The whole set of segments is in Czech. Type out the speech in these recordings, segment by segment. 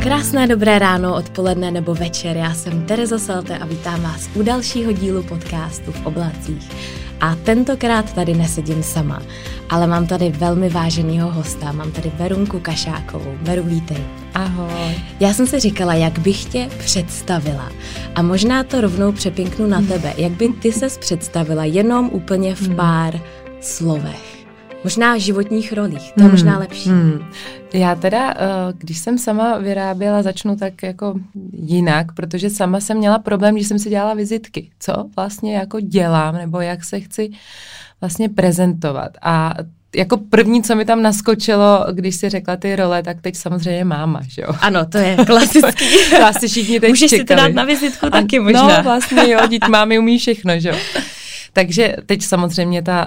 Krásné dobré ráno, odpoledne nebo večer, já jsem Tereza Salte a vítám vás u dalšího dílu podcastu V oblacích. A tentokrát tady nesedím sama, ale mám tady velmi váženýho hosta, mám tady Verunku Kašákovou. Veru, vítej. Ahoj. Já jsem si říkala, jak bych tě představila a možná to rovnou přepinknu na tebe. Jak by ty ses představila jenom úplně v pár slovech? Možná životních rolích, to je možná lepší. Já teda, když jsem sama vyráběla, začnu tak jako jinak, protože sama jsem měla problém, když jsem si dělala vizitky. Co vlastně jako dělám, nebo jak se chci vlastně prezentovat. A jako první, co mi tam naskočilo, když si řekla ty role, tak teď samozřejmě máma, že jo? Ano, to je klasický. To asi všichni teď Můžeš čekali. si to dát na vizitku taky možná. No vlastně jo, dít mámy umí všechno, že jo? Takže teď samozřejmě ta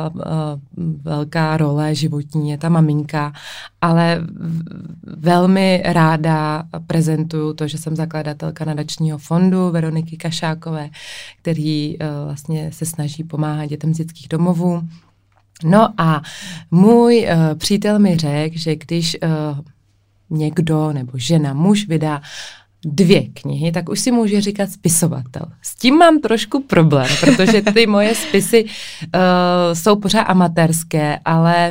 velká role životní je ta maminka, ale velmi ráda prezentuju to, že jsem zakladatelka nadačního fondu Veroniky Kašákové, který vlastně se snaží pomáhat dětem z dětských domovů. No a můj přítel mi řekl, že když někdo nebo žena, muž vydá 2 knihy, tak už si může říkat spisovatel. S tím mám trošku problém, protože ty moje spisy jsou pořád amatérské, ale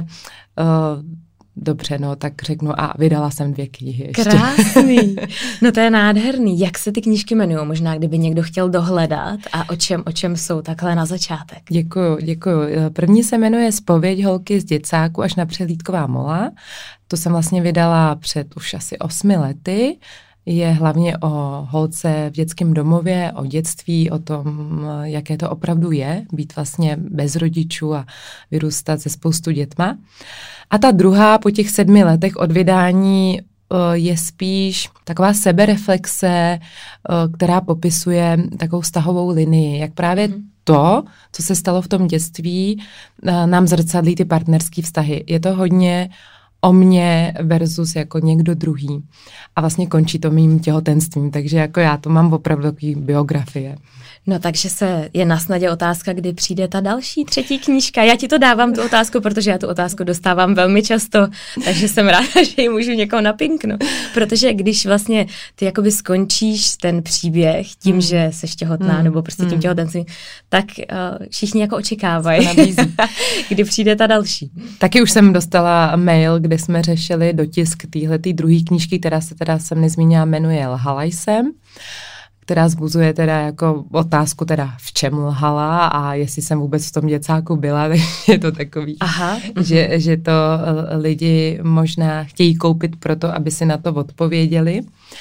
dobře, no tak řeknu a vydala jsem 2 knihy ještě. Krásný. No to je nádherný. Jak se ty knížky jmenují? Možná, kdyby někdo chtěl dohledat a o čem jsou takhle na začátek. Děkuju. První se jmenuje Zpověď holky z děcáku až na přehlídková mola. To jsem vlastně vydala před už asi 8 lety. Je hlavně o holce v dětském domově, o dětství, o tom, jaké to opravdu je, být vlastně bez rodičů a vyrůstat se spoustu dětma. A ta druhá po těch 7 letech od vydání je spíš taková sebereflexe, která popisuje takovou vztahovou linii, jak právě to, co se stalo v tom dětství, nám zrcadlí ty partnerské vztahy. Je to hodně o mně versus jako někdo druhý. A vlastně končí to mým těhotenstvím, takže jako já to mám opravdu takový biografie. No takže je na snadě otázka, kdy přijde ta další 3. knížka. Já ti to dávám, tu otázku, protože já tu otázku dostávám velmi často, takže jsem ráda, že ji můžu někoho napinknout. Protože když vlastně ty jakoby skončíš ten příběh tím, že seš těhotná nebo prostě tím těhotenstvím, tak všichni jako očekávají, kdy přijde ta další. Taky už jsem dostala mail, kde jsme řešili dotisk téhletý druhé knížky, která se teda jsem nezmínila, jmenuje Lhala jsem, která vzbuzuje teda jako otázku teda v čem lhala a jestli jsem vůbec v tom děcáku byla, tak je to takový, že to lidi možná chtějí koupit proto, aby si na to odpověděli.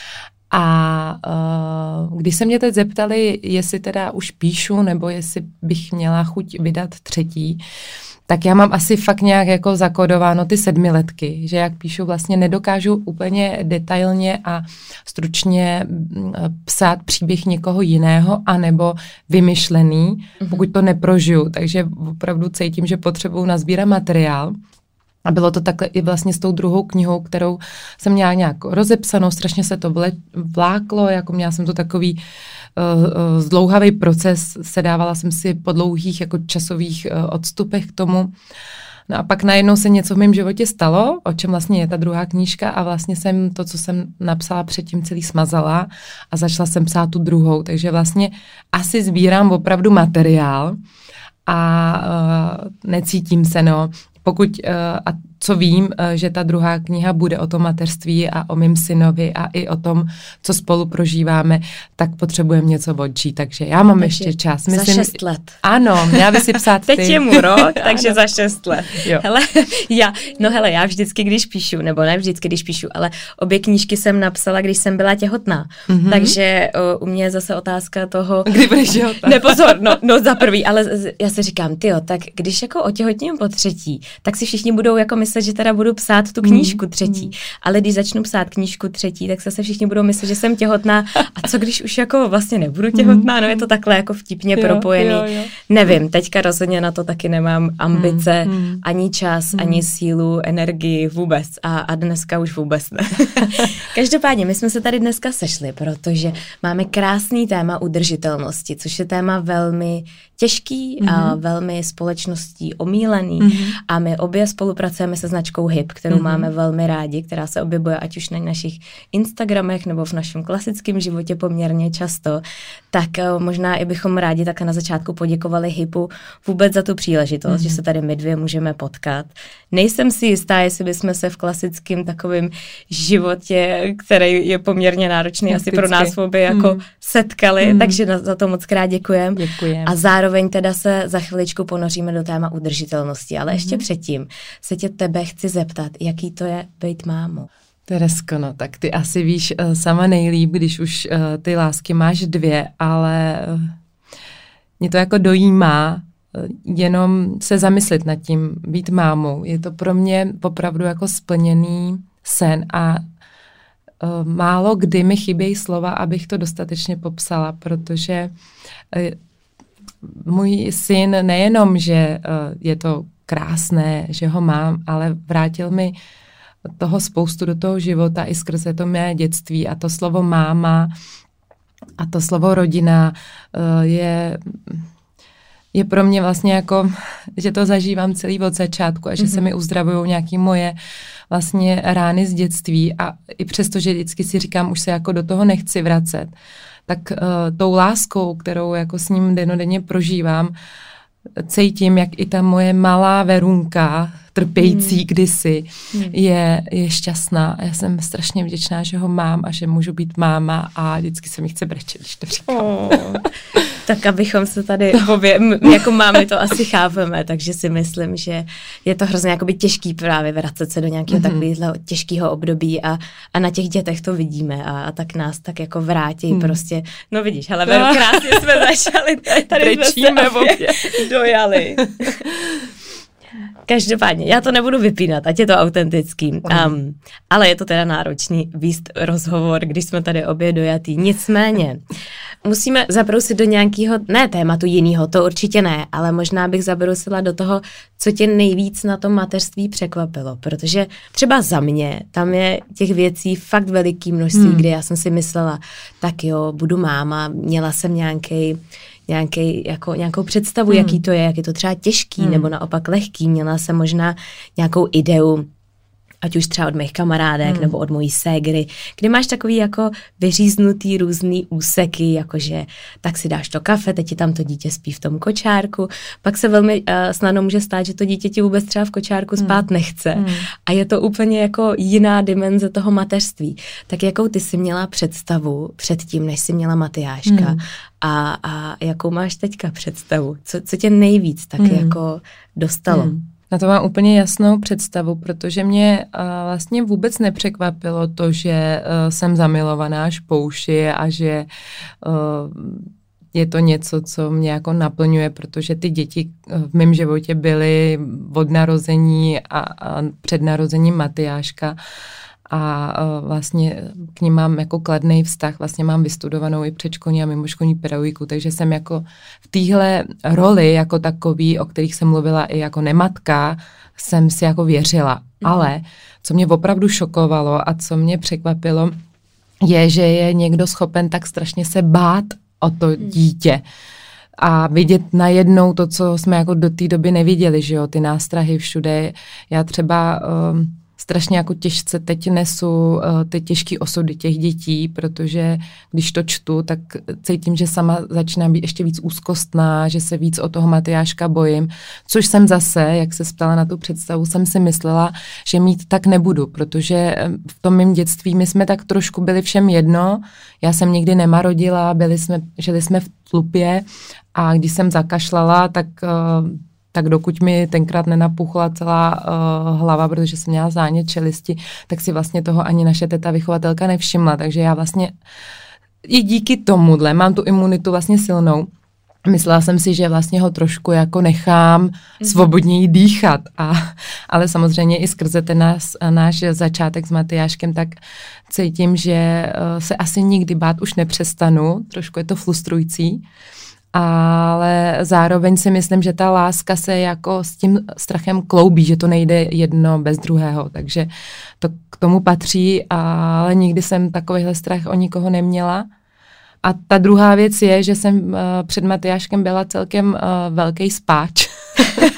A když se mě teď zeptali, jestli teda už píšu, nebo jestli bych měla chuť vydat 3., tak já mám asi fakt nějak jako zakodováno ty 7letky, že jak píšu, vlastně nedokážu úplně detailně a stručně psát příběh někoho jiného, anebo vymyšlený, pokud to neprožiju. Takže opravdu cítím, že potřebuju nazbírat materiál. A bylo to takhle i vlastně s tou druhou knihou, kterou jsem měla nějak rozepsanou, strašně se to vláklo, jako měla jsem to takový zdlouhavý proces, sedávala jsem si po dlouhých jako časových odstupech k tomu. No a pak najednou se něco v mém životě stalo, o čem vlastně je ta druhá knížka a vlastně jsem to, co jsem napsala předtím, celý smazala a začala jsem psát tu druhou, takže vlastně asi sbírám opravdu materiál a necítím se, pokud, a co vím, že ta druhá kniha bude o tom mateřství a o mým synovi a i o tom, co spolu prožíváme, tak potřebujeme něco odžít, takže já mám ještě čas. Myslím, za 6 let. Ano, měla by si psát ty. Teď je mu rok, takže za 6 let. Jo. Hele, já vždycky, když píšu, nebo ne vždycky, když píšu, ale obě knížky jsem napsala, když jsem byla těhotná. Takže u mě je zase otázka toho... Kdy budeš těhotná? Nepozor, no za prvý, ale já si říkám, tak když jako otěhotním po 3., tak si všichni budou jako myslet, že teda budu psát tu knížku 3. Ale když začnu psát knížku 3., tak se všichni budou myslet, že jsem těhotná. A co když už jako vlastně nebudu těhotná? No je to takhle jako vtipně propojený. Jo. Nevím, teďka rozhodně na to taky nemám ambice, ani čas, ani sílu, energii vůbec. A dneska už vůbec ne. Každopádně, my jsme se tady dneska sešli, protože máme krásný téma udržitelnosti, což je téma velmi těžký a velmi společností omílený. A my obě spolupracujeme se značkou HIP, kterou máme velmi rádi, která se objevuje ať už na našich Instagramech nebo v našem klasickém životě poměrně často, tak možná i bychom rádi také na začátku poděkovali HIPu vůbec za tu příležitost, že se tady my dvě můžeme potkat. Nejsem si jistá, jestli bychom se v klasickém takovém životě, který je poměrně náročný asi pro nás obě jako setkali, takže za to moc krát děkujem. A zároveň teda se za chviličku ponoříme do téma udržitelnosti, ale ještě předtím se tebe chci zeptat, jaký to je být mámou. Teresko, no tak ty asi víš sama nejlíp, když už ty lásky máš 2, ale mě to jako dojímá jenom se zamyslet nad tím, být mámou. Je to pro mě opravdu jako splněný sen a málo kdy mi chybějí slova, abych to dostatečně popsala, protože můj syn nejenom, že je to krásné, že ho mám, ale vrátil mi toho spoustu do toho života i skrze to mé dětství a to slovo máma a to slovo rodina je pro mě vlastně jako, že to zažívám celý od začátku a že se mi uzdravují nějaké moje vlastně rány z dětství a i přesto, že vždycky si říkám, už se jako do toho nechci vracet, tak tou láskou, kterou jako s ním dennodenně prožívám, cítím, jak i ta moje malá Verunka, trpějící kdysi, je šťastná. Já jsem strašně vděčná, že ho mám a že můžu být máma a vždycky se mi chce brečet, když to říkám. Tak abychom se tady jako mámy to asi chápeme, takže si myslím, že je to hrozně jakoby těžký právě vracet se do nějakého takového těžkého období a na těch dětech to vidíme a tak nás tak jako vrátí prostě. No vidíš, hele, krásně jsme začali, tady jsme se dojali. Každopádně, já to nebudu vypínat, ať je to autentický, ale je to teda náročný víst rozhovor, když jsme tady obě dojatý. Nicméně, musíme zabrousit do nějakého, ne tématu jinýho, to určitě ne, ale možná bych zabrousila do toho, co tě nejvíc na tom mateřství překvapilo, protože třeba za mě, tam je těch věcí fakt veliký množství, kdy já jsem si myslela, tak jo, budu máma, měla jsem nějakou představu, jaký to je, jak je to třeba těžký nebo naopak lehký. Měla jsem možná nějakou ideu, ať už třeba od mých kamarádek nebo od mojí ségry, kdy máš takový jako vyříznutý různý úseky, jakože tak si dáš to kafe, teď ti tam to dítě spí v tom kočárku, pak se velmi snadno může stát, že to dítě ti vůbec třeba v kočárku spát nechce a je to úplně jako jiná dimenze toho mateřství. Tak jakou ty jsi měla představu předtím, než jsi měla Matyáška a jakou máš teďka představu? Co tě nejvíc tak jako dostalo? Na to mám úplně jasnou představu, protože mě vlastně vůbec nepřekvapilo to, že jsem zamilovaná až po uši a že je to něco, co mě jako naplňuje, protože ty děti v mém životě byly od narození a před narozením Matyáška a vlastně k nim mám jako kladný vztah, vlastně mám vystudovanou i předškolní a mimoškolní pedagogiku, takže jsem jako v téhle roli jako takový, o kterých jsem mluvila i jako nematka, jsem si jako věřila. Ale co mě opravdu šokovalo a co mě překvapilo, je, že je někdo schopen tak strašně se bát o to dítě a vidět najednou to, co jsme jako do té doby neviděli, že jo, ty nástrahy všude. Já třeba strašně jako těžce teď nesu ty těžké osudy těch dětí, protože když to čtu, tak cítím, že sama začínám být ještě víc úzkostná, že se víc o toho Matyáška bojím, což jsem zase, jak se ptala na tu představu, jsem si myslela, že mít tak nebudu, protože v tom mém dětství my jsme tak trošku byli všem jedno, já jsem nikdy nemarodila, žili jsme v tlupě a když jsem zakašlala, tak dokud mi tenkrát nenapuchla celá hlava, protože jsem měla zánět čelisti, tak si vlastně toho ani naše teta vychovatelka nevšimla. Takže já vlastně i díky tomuhle mám tu imunitu vlastně silnou. Myslela jsem si, že vlastně ho trošku jako nechám svobodněji dýchat. Ale samozřejmě i skrze ten náš začátek s Matyáškem, tak cítím, že se asi nikdy bát už nepřestanu. Trošku je to frustrující. Ale zároveň si myslím, že ta láska se jako s tím strachem kloubí, že to nejde jedno bez druhého, takže to k tomu patří, ale nikdy jsem takovýhle strach o nikoho neměla. A ta druhá věc je, že jsem před Matyáškem byla celkem velký spáč.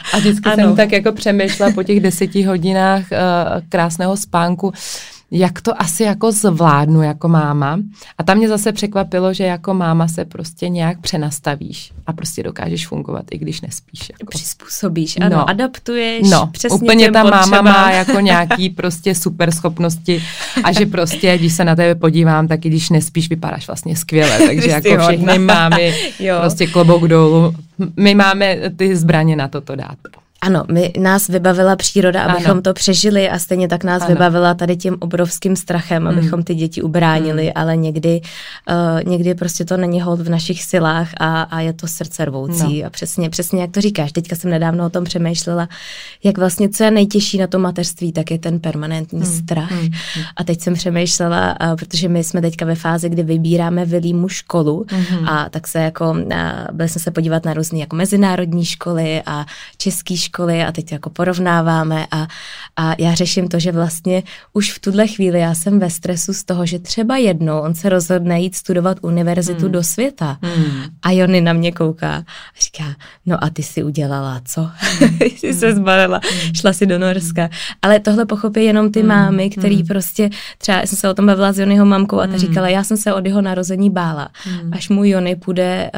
A vždycky jsem tak jako přemýšlela po těch 10 hodinách krásného spánku, jak to asi jako zvládnu jako máma. A tam mě zase překvapilo, že jako máma se prostě nějak přenastavíš a prostě dokážeš fungovat, i když nespíš. Jako. Přizpůsobíš, ano, adaptuješ přesně úplně ta máma má jako nějaký prostě super schopnosti a že prostě, když se na tebe podívám, tak i když nespíš, vypadáš vlastně skvěle. Takže jako všechny mámy prostě klobouk dolů. My máme ty zbraně na toto dát. Ano, nás vybavila příroda, abychom to přežili a stejně tak nás vybavila tady tím obrovským strachem, abychom ty děti ubránili, ale někdy prostě to není hold v našich silách a je to srdce rvoucí. A přesně jak to říkáš. Teďka jsem nedávno o tom přemýšlela, jak vlastně, co je nejtěžší na tom mateřství, tak je ten permanentní strach. A teď jsem přemýšlela, protože my jsme teďka ve fázi, kdy vybíráme Vilímu školu a tak se jako, byli jsme se podívat na různé jako mezinárodní školy a český školy a teď jako porovnáváme a já řeším to, že vlastně už v tuhle chvíli já jsem ve stresu z toho, že třeba jednou on se rozhodne jít studovat univerzitu do světa a Jony na mě kouká a říká, no a ty si udělala, co? Jsi se zbalila, šla si do Norska. Ale tohle pochopí jenom ty mámy, který prostě, třeba jsem se o tom bavila s Jonyho mamkou a ta říkala, já jsem se od jeho narození bála, až můj Jony půjde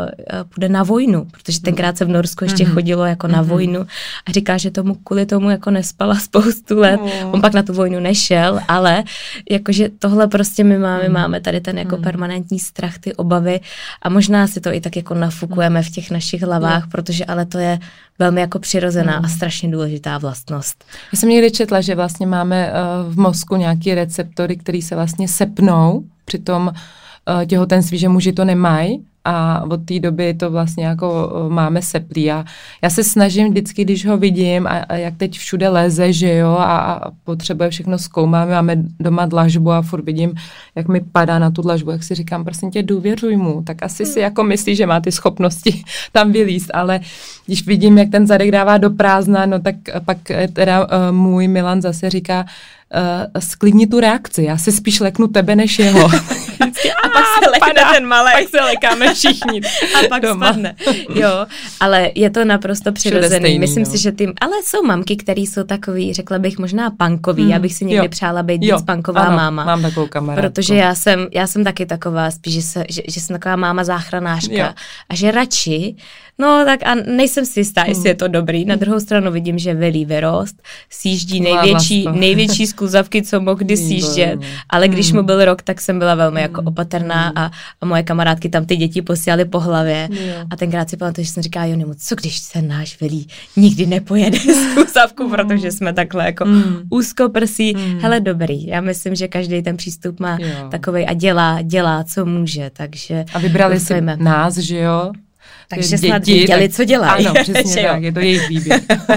na vojnu, protože tenkrát se v Norsku ještě chodilo jako na vojnu a říká, že kvůli tomu jako nespala spoustu let. On pak na tu vojnu nešel, ale jakože tohle prostě my máme tady ten jako permanentní strach, ty obavy a možná si to i tak jako nafukujeme v těch našich hlavách, protože ale to je velmi jako přirozená a strašně důležitá vlastnost. Já jsem někdy četla, že vlastně máme v mozku nějaké receptory, které se vlastně sepnou při tom těhotenství, že muži to nemají. A od té doby to vlastně jako máme seplý. A já se snažím vždycky, když ho vidím a jak teď všude leze, že jo, a potřebuje všechno zkoumáme, máme doma dlažbu a furt vidím, jak mi padá na tu dlažbu, jak si říkám, prosím tě, důvěřuj mu, tak asi si jako myslí, že má ty schopnosti tam vylízt, ale když vidím, jak ten zadek dává do prázdna, no tak pak teda můj Milan zase říká, sklidni tu reakci, já si spíš leknu tebe než jeho. A pak se lekne ten malej. Pak se lekáme všichni. A pak spadne. Jo, ale je to naprosto přirozený. Myslím si, že ale jsou mamky, které jsou takový, řekla bych možná punkový. Já bych si někdy přála být víc punková máma. Mám takovou kamarádku. Protože já jsem taky taková, spíš, že jsem taková máma záchranářka. A že radši, no tak a nejsem si jistá, jestli je to dobrý. Na druhou stranu vidím, že Vilí vyrost, sjíždí největší skluzavky, co mohl kdy sjíždět. Ale když mu byl rok, tak jsem byla velmi jako opatrná a moje kamarádky tam ty děti posílaly po hlavě. A tenkrát si pamatuju, že jsem říkala Jonimu, co když se náš Vilí nikdy nepojede skluzavku, protože jsme takhle jako úzkoprsí. Hele, dobrý. Já myslím, že každý ten přístup má takovej a dělá, co může. Takže a vybrali si nás, že jo? Takže snad věděli, co dělají. Ano, přesně tak, je to jejich výběr.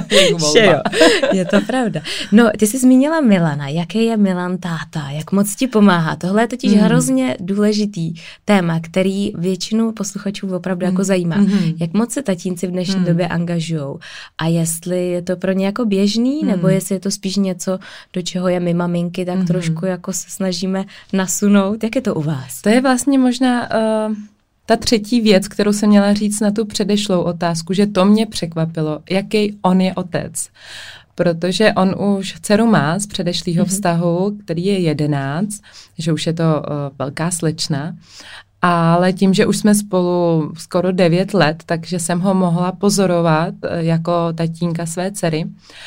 Je to pravda. No, ty jsi zmínila Milana. Jaký je Milan táta? Jak moc ti pomáhá? Tohle je totiž hrozně důležitý téma, který většinu posluchačů opravdu jako zajímá. Jak moc se tatínci v dnešní době angažujou? A jestli je to pro ně jako běžný, nebo jestli je to spíš něco, do čeho je my maminky tak trošku jako se snažíme nasunout? Jak je to u vás? To je vlastně možná... Ta třetí věc, kterou jsem měla říct na tu předešlou otázku, že to mě překvapilo, jaký on je otec. Protože on už dceru má z předešlého vztahu, který je 11, že už je to velká slečna, ale tím, že už jsme spolu skoro 9 let, takže jsem ho mohla pozorovat jako tatínka své dcery.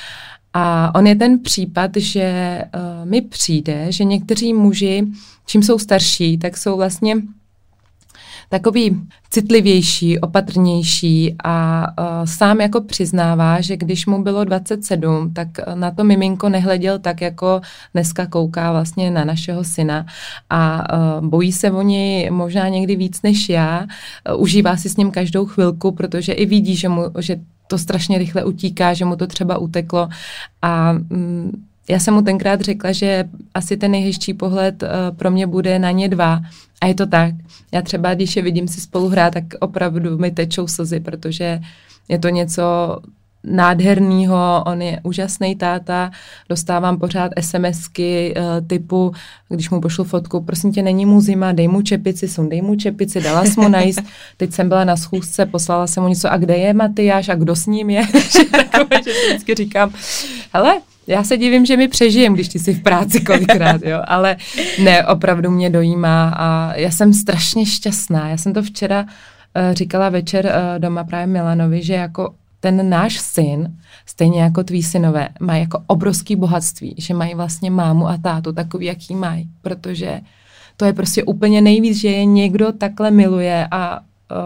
A on je ten případ, že mi přijde, že někteří muži, čím jsou starší, tak jsou vlastně takový citlivější, opatrnější a sám jako přiznává, že když mu bylo 27, tak na to miminko nehleděl tak, jako dneska kouká vlastně na našeho syna a bojí se o něj možná někdy víc než já, užívá si s ním každou chvilku, protože i vidí, že to strašně rychle utíká, že mu to třeba uteklo a já jsem mu tenkrát řekla, že asi ten nejhezčí pohled pro mě bude na ně 2. A je to tak. Já třeba, když je vidím si spolu hrát, tak opravdu mi tečou slzy, protože je to něco nádhernýho, on je úžasný táta, dostávám pořád SMSky typu, když mu pošlu fotku, prosím tě, není mu zima, dej mu čepici, sundej mu čepici, dala jsi mu najíst, teď jsem byla na schůzce, poslala jsem mu něco, a kde je Matyáš a kdo s ním je, že vždycky říkám, hele, já se divím, že mi přežijem, když ty jsi v práci kolikrát, jo, ale ne, opravdu mě dojímá a já jsem strašně šťastná. Já jsem to včera říkala večer doma právě Milanovi, že jako ten náš syn, stejně jako tví synové, mají jako obrovský bohatství, že mají vlastně mámu a tátu takový, jaký mají, protože to je prostě úplně nejvíc, že je někdo takhle miluje a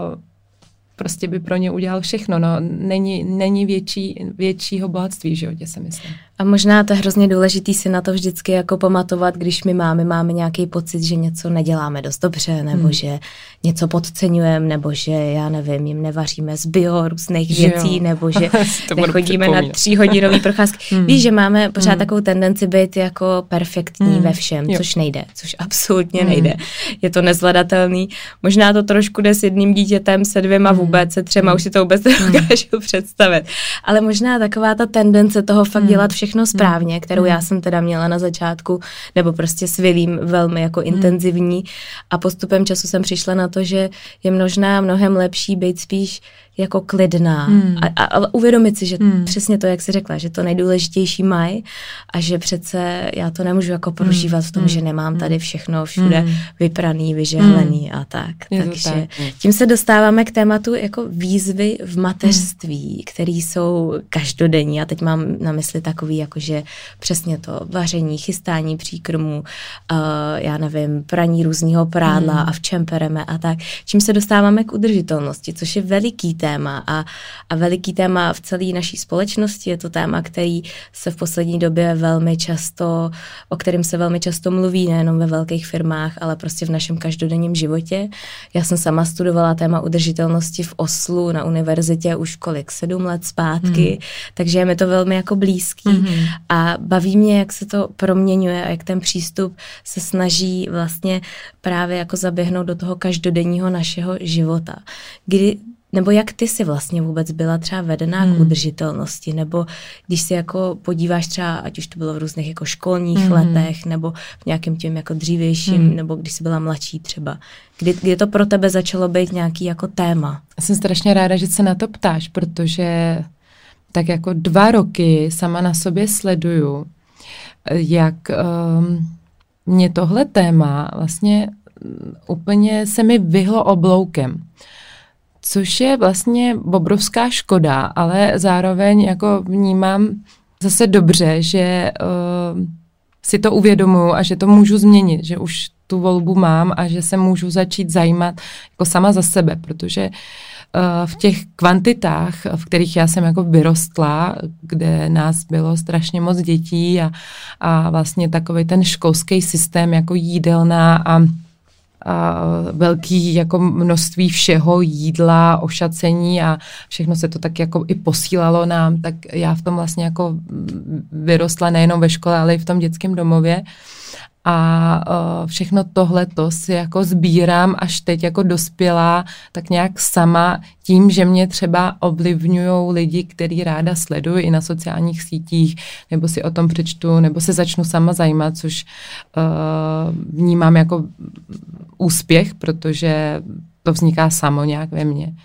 prostě by pro ně udělal všechno. No, není většího bohatství v životě, si myslím. A možná to je hrozně důležitý si na to vždycky jako pamatovat, když my máme nějaký pocit, že něco neděláme dost dobře, nebo že něco podceňujeme, nebo že, já nevím, jim nevaříme z bio různých věcí, nebo že nechodíme na 3hodinový procházky. Víš, že máme pořád takovou tendenci být jako perfektní ve všem, což nejde, což absolutně nejde. Je to nezvladatelný. Možná to trošku jde s jedním dítětem, se 2 vůbec, se 3 už si to vůbec nedokážu představit. Ale možná taková ta tendence toho fakt dělat všechno správně, kterou já jsem teda měla na začátku, nebo prostě s Vilím velmi jako intenzivní a postupem času jsem přišla na to, že je možná mnohem lepší být spíš jako klidná a uvědomit si, že přesně to, jak jsi řekla, že to nejdůležitější mají a že přece já to nemůžu jako prožívat v tom, že nemám tady všechno všude vypraný, vyžehlený a tak. Takže tím se dostáváme k tématu jako výzvy v mateřství, které jsou každodenní a teď mám na mysli takový, jakože přesně to vaření, chystání příkrmů, já nevím, praní různýho prádla a v čem pereme a tak. Čím se dostáváme k udržitelnosti, což je veliký téma a veliký téma v celé naší společnosti. Je to téma, který se v poslední době o kterém se velmi často mluví, nejenom ve velkých firmách, ale prostě v našem každodenním životě. Já jsem sama studovala téma udržitelnosti v Oslu na univerzitě už 7 let zpátky, takže je mi to velmi jako blízký a baví mě, jak se to proměňuje a jak ten přístup se snaží vlastně právě jako zaběhnout do toho každodenního našeho života. Nebo jak ty jsi vlastně vůbec byla třeba vedená k udržitelnosti, nebo když si jako podíváš třeba, ať už to bylo v různých jako školních letech, nebo v nějakém tím jako dřívějším, nebo když jsi byla mladší třeba. Kdy to pro tebe začalo být nějaký jako téma? Jsem strašně ráda, že se na to ptáš, protože tak jako 2 roky sama na sobě sleduju, jak mě tohle téma vlastně úplně se mi vyhlo obloukem. Což je vlastně obrovská škoda, ale zároveň jako vnímám zase dobře, že si to uvědomuji a že to můžu změnit, že už tu volbu mám a že se můžu začít zajímat jako sama za sebe, protože v těch kvantitách, v kterých já jsem jako vyrostla, kde nás bylo strašně moc dětí a vlastně takový ten školský systém jako jídelná a velký jako množství všeho jídla, ošacení a všechno se to tak jako i posílalo nám, tak já v tom vlastně jako vyrostla nejenom ve škole, ale i v tom dětském domově. A všechno tohleto si jako sbírám až teď jako dospělá, tak nějak sama tím, že mě třeba ovlivňujou lidi, který ráda sleduju i na sociálních sítích, nebo si o tom přečtu, nebo se začnu sama zajímat, což vnímám jako úspěch, protože to vzniká samo nějak ve mně.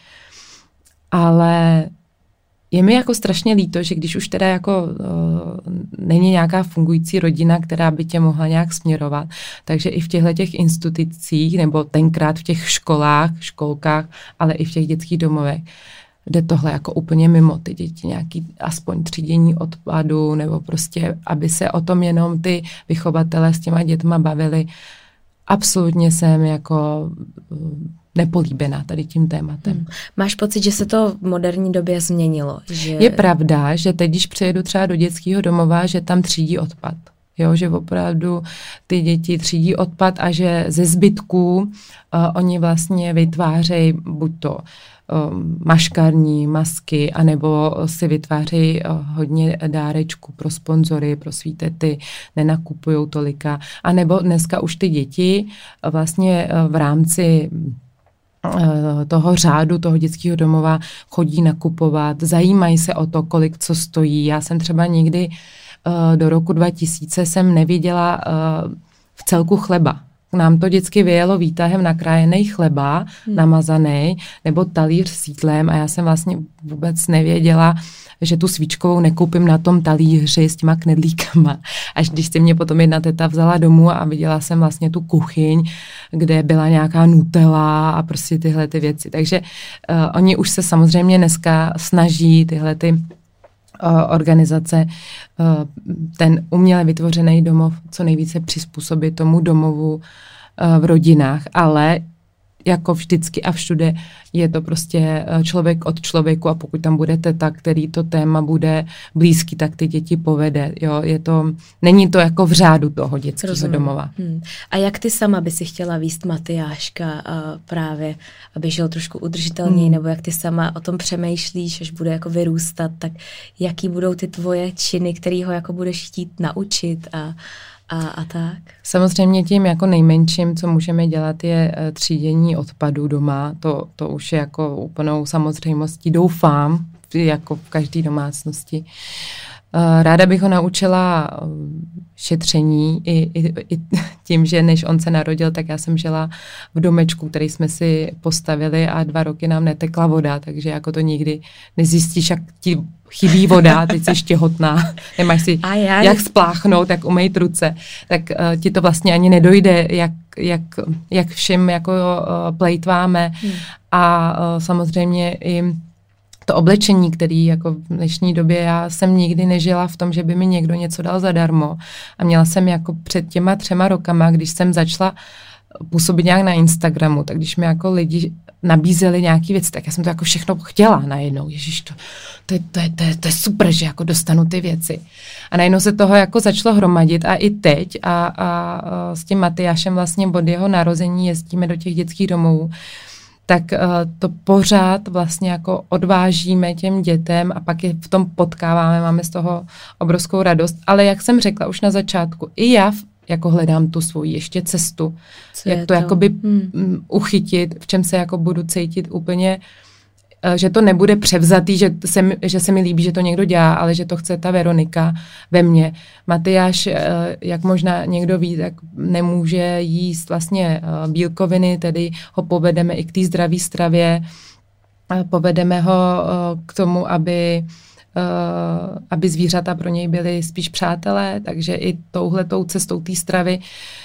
Ale je mi jako strašně líto, že když už teda jako není nějaká fungující rodina, která by tě mohla nějak směrovat, takže i v těchto institucích, nebo tenkrát v těch školkách, ale i v těch dětských domovech, jde tohle jako úplně mimo ty děti, nějaký aspoň třídění odpadu, nebo prostě, aby se o tom jenom ty vychovatelé s těma dětma bavili. Absolutně jsem jako nepolíbená tady tím tématem. Máš pocit, že se to v moderní době změnilo? Že... Je pravda, že teď, když přijedu třeba do dětského domova, že tam třídí odpad. Jo, že opravdu ty děti třídí odpad a že ze zbytků oni vlastně vytvářejí buď to maškarní, masky, anebo si vytvářejí hodně dárečků pro sponzory, pro svý tety, nenakupujou tolika. A nebo dneska už ty děti vlastně v rámci toho řádu, toho dětského domova, chodí nakupovat, zajímají se o to, kolik co stojí. Já jsem třeba nikdy do roku 2000 jsem neviděla v celku chleba. Nám to vždycky vyjelo výtahem nakrájený chleba, namazaný, nebo talíř s jídlem a já jsem vlastně vůbec nevěděla, že tu svíčkovou nekoupím na tom talíři s těma knedlíkama. Až když si mě potom jedna teta vzala domů a viděla jsem vlastně tu kuchyň, kde byla nějaká Nutella a prostě tyhle ty věci. Takže oni už se samozřejmě dneska snaží tyhle ty organizace ten uměle vytvořený domov co nejvíce přizpůsobit tomu domovu v rodinách, ale jako vždycky a všude je to prostě člověk od člověku a pokud tam bude teta, který to téma bude blízký, tak ty děti povede. Jo, není to jako v řádu toho dětského domova. A jak ty sama by si chtěla vést Matyáška právě, aby žil trošku udržitelněji, nebo jak ty sama o tom přemýšlíš, až bude jako vyrůstat, tak jaký budou ty tvoje činy, který ho jako budeš chtít naučit a tak? Samozřejmě tím jako nejmenším, co můžeme dělat, je třídění odpadů doma. To už je jako úplnou samozřejmostí, doufám, jako v každé domácnosti. Ráda bych ho naučila šetření i tím, že než on se narodil, tak já jsem žila v domečku, který jsme si postavili a 2 roky nám netekla voda, takže jako to nikdy nezjistíš, jak ti chybí voda, teď jsi těhotná, nemáš si jak spláchnout, jak umýt ruce, tak ti to vlastně ani nedojde, jak všem jako plejtváme a samozřejmě i to oblečení, který jako v dnešní době já jsem nikdy nežila v tom, že by mi někdo něco dal zadarmo. A měla jsem jako před těma 3 rokama, když jsem začala působit nějak na Instagramu, tak když mi jako lidi nabízeli nějaký věci, tak já jsem to jako všechno chtěla najednou. Ježiš, to je super, že jako dostanu ty věci. A najednou se toho jako začalo hromadit a i teď a s tím Matyášem vlastně od jeho narození jezdíme do těch dětských domovů, tak to pořád vlastně jako odvážíme těm dětem a pak je v tom potkáváme, máme z toho obrovskou radost. Ale jak jsem řekla už na začátku, i já jako hledám tu svoji ještě cestu, jak to jakoby uchytit, v čem se jako budu cítit úplně, že to nebude převzatý, že se mi líbí, že to někdo dělá, ale že to chce ta Veronika ve mně. Matyáš, jak možná někdo ví, tak nemůže jíst vlastně bílkoviny, tedy ho povedeme i k té zdravé stravě, povedeme ho k tomu, aby zvířata pro něj byly spíš přátelé, takže i touhletou cestou té stravy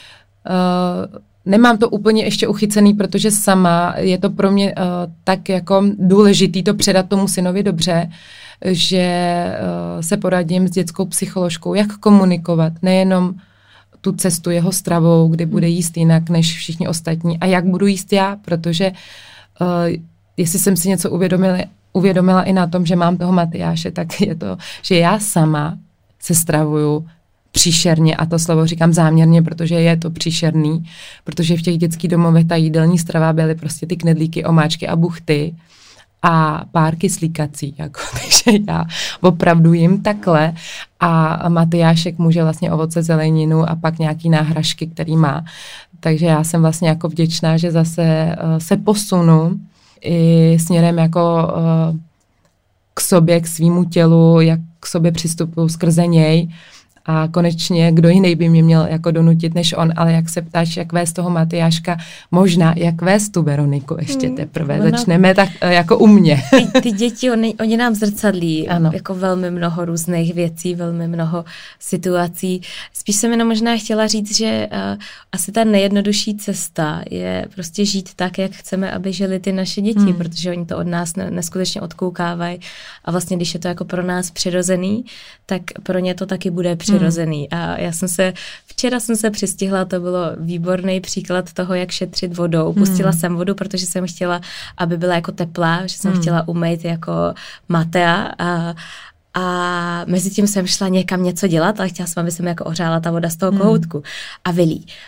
nemám to úplně ještě uchycený, protože sama je to pro mě tak jako důležitý to předat tomu synovi dobře, že se poradím s dětskou psycholožkou, jak komunikovat, nejenom tu cestu jeho stravou, kdy bude jíst jinak než všichni ostatní a jak budu jíst já, protože jestli jsem si něco uvědomila i na tom, že mám toho Matyáše, tak je to, že já sama se stravuju příšerně a to slovo říkám záměrně, protože je to příšerný, protože v těch dětských domovech ta jídelní strava byly prostě ty knedlíky, omáčky a buchty a pár kyslíkací, jako, takže já opravdu jim takhle a Matyášek může vlastně ovoce, zeleninu a pak nějaký náhražky, který má. Takže já jsem vlastně jako vděčná, že zase se posunu i směrem jako k sobě, k svýmu tělu, jak k sobě přistupuju skrze něj. A konečně, kdo jiný by mě měl jako donutit než on, ale jak se ptáš, jak vést toho Matyáška, možná jak vést tu Veroniku ještě teprve. Začneme tak jako u mě. Ty děti, oni nám zrcadlí jako velmi mnoho různých věcí, velmi mnoho situací. Spíš jsem jenom možná chtěla říct, že asi ta nejjednodušší cesta je prostě žít tak, jak chceme, aby žili ty naše děti, protože oni to od nás neskutečně odkoukávají a vlastně, když je to jako pro nás přirozený, tak pro ně to taky bude přirozený. A včera jsem se přistihla, to bylo výborný příklad toho, jak šetřit vodou. Pustila jsem vodu, protože jsem chtěla, aby byla jako teplá, že jsem chtěla umýt jako Matea a mezi tím jsem šla někam něco dělat, ale chtěla jsem, aby se mi jako ohřála ta voda z toho kohoutku. A Vilí,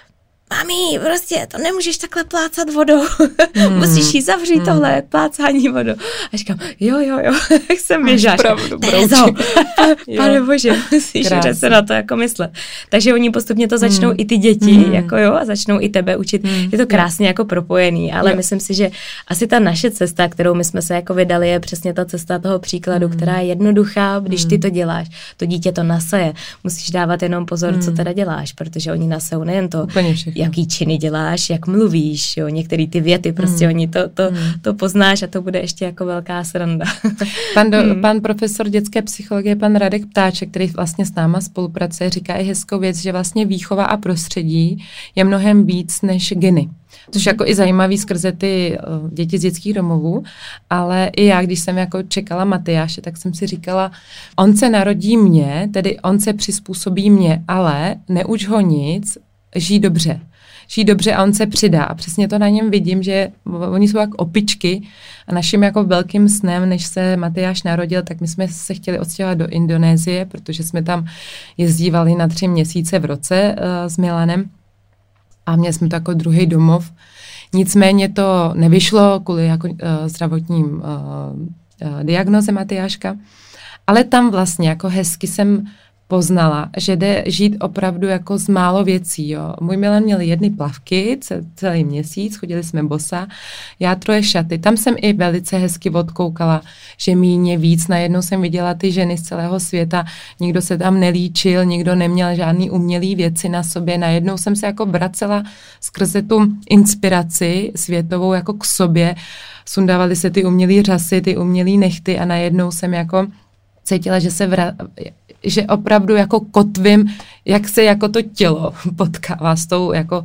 mami, prostě to nemůžeš takhle plácat vodou, musíš jí zavřít tohle plácání vodou. A říkám, jo, jsem běžáš. Terezo, pane bože, musíš se na to jako myslet. Takže oni postupně to začnou i ty děti, jako jo, a začnou i tebe učit. Je to krásně jako propojený, ale myslím si, že asi ta naše cesta, kterou my jsme se jako vydali, je přesně ta cesta toho příkladu, která je jednoduchá, když ty to děláš, to dítě to nasaje. Musíš dávat jenom pozor, co teda děláš, protože oni nasajou nejen to, jaký činy děláš, jak mluvíš, jo, některé ty věty, prostě oni to poznáš a to bude ještě jako velká sranda. Pan profesor dětské psychologie, pan Radek Ptáček, který vlastně s náma spolupracuje, říká i hezkou věc, že vlastně výchova a prostředí je mnohem víc než geny. Což jako i zajímavý skrze ty děti z dětských domovů, ale i já, když jsem jako čekala Matyáše, tak jsem si říkala, on se narodí mně, tedy on se přizpůsobí mně, ale neuč ho nic, žij dobře a on se přidá. A přesně to na něm vidím, že oni jsou jako opičky a naším jako velkým snem, než se Matyáš narodil, tak my jsme se chtěli odstěhovat do Indonésie, protože jsme tam jezdívali na 3 měsíce v roce s Milanem a měli jsme to jako druhý domov. Nicméně to nevyšlo kvůli jako zdravotním diagnoze Matyáška, ale tam vlastně jako hezky jsem poznala, že jde žít opravdu jako z málo věcí. Jo. Můj Milan měl 1 plavky celý měsíc, chodili jsme bosa, já 3 šaty. Tam jsem i velice hezky odkoukala, že míně víc. Najednou jsem viděla ty ženy z celého světa, nikdo se tam nelíčil, nikdo neměl žádný umělý věci na sobě. Najednou jsem se jako vracela skrze tu inspiraci světovou jako k sobě. Sundávaly se ty umělý řasy, ty umělý nechty a najednou jsem jako cítila, že že opravdu jako kotvím, jak se jako to tělo potkává s tou jako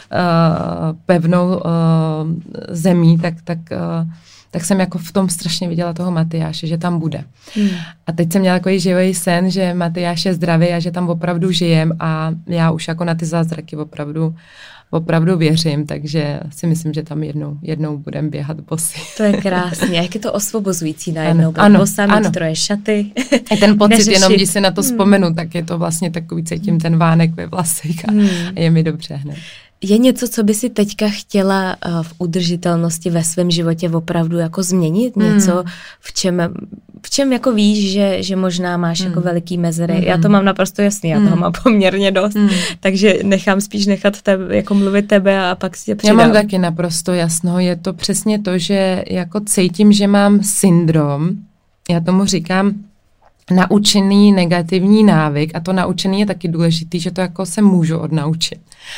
pevnou zemí, tak jsem jako v tom strašně viděla toho Matyáše, že tam bude. A teď jsem měla takový živý sen, že Matyáš je zdravý a že tam opravdu žijem a já už jako na ty zázraky opravdu věřím, takže si myslím, že tam jednou budeme běhat bosy. To je krásně, jak je to osvobozující najednou. Bosa, mít 3 šaty. A ten pocit, jenom když si na to vzpomenu, tak je to vlastně takový, cítím ten vánek ve vlasech a je mi dobře hned. Je něco, co by si teďka chtěla v udržitelnosti ve svém životě opravdu jako změnit? Něco, v čem jako víš, že možná máš jako veliký mezery? Já to mám naprosto jasný, já toho mám poměrně dost, takže nechám spíš nechat jako mluvit tebe a pak si tě přidám. Já mám taky naprosto jasno, je to přesně to, že jako cítím, že mám syndrom, já tomu říkám naučený negativní návyk a to naučený je taky důležitý, že to jako se můžu odnaučit.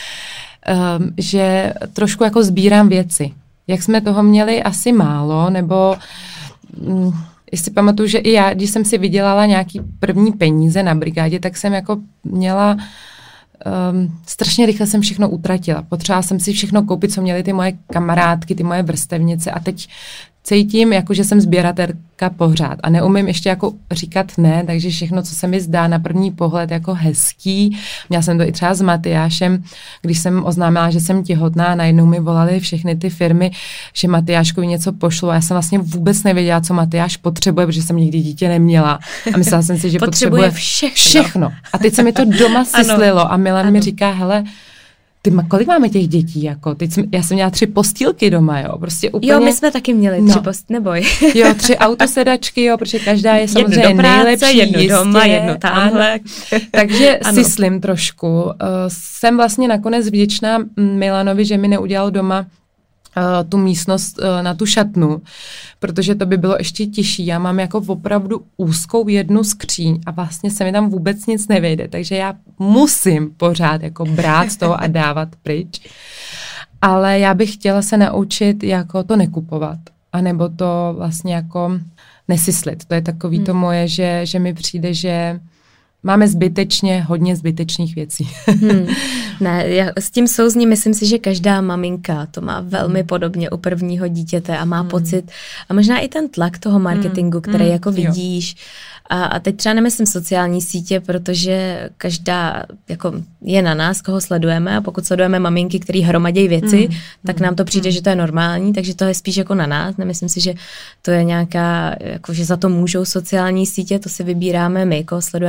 Že trošku jako sbírám věci. Jak jsme toho měli asi málo, nebo jestli pamatuju, že i já, když jsem si vydělala nějaký první peníze na brigádě, tak jsem jako měla strašně rychle jsem všechno utratila. Potřebovala jsem si všechno koupit, co měly ty moje kamarádky, ty moje vrstevnice a teď cítím, jako že jsem sběratelka pořád a neumím ještě jako říkat ne, takže všechno, co se mi zdá na první pohled jako hezký. Měla jsem to i třeba s Matyášem, když jsem oznámila, že jsem těhotná, najednou mi volali všechny ty firmy, že Matyáškovi něco pošlo a já jsem vlastně vůbec nevěděla, co Matyáš potřebuje, protože jsem nikdy dítě neměla a myslela jsem si, že potřebuje všechno. A teď se mi to doma syslilo a Milan mi říká, hele, kolik máme těch dětí, jako? Já jsem měla 3 postýlky doma, jo, prostě úplně. Jo, my jsme taky měli 3 neboj. Jo, 3 autosedačky, jo, protože každá je samozřejmě jednu do práce, nejlepší, jednu jistě, doma, jednu tamhle. Takže syslím trošku. Jsem vlastně nakonec vděčná Milanovi, že mi neudělal doma tu místnost na tu šatnu, protože to by bylo ještě těžší. Já mám jako opravdu úzkou jednu skříň a vlastně se mi tam vůbec nic nevejde, takže já musím pořád jako brát z toho a dávat pryč. Ale já bych chtěla se naučit jako to nekupovat, anebo to vlastně jako nesyslit. To je takový to moje, že mi přijde, že máme hodně zbytečných věcí. Ne, já s tím souzním, myslím si, že každá maminka to má velmi podobně u prvního dítěte a má pocit, a možná i ten tlak toho marketingu, který jako vidíš. A teď třeba nemyslím sociální sítě, protože každá jako je na nás, koho sledujeme a pokud sledujeme maminky, který hromadějí věci, tak nám to přijde, že to je normální, takže to je spíš jako na nás. Nemyslím si, že to je nějaká, jako že za to můžou sociální sítě, to si vybíráme my, koho sledujeme, můžeme také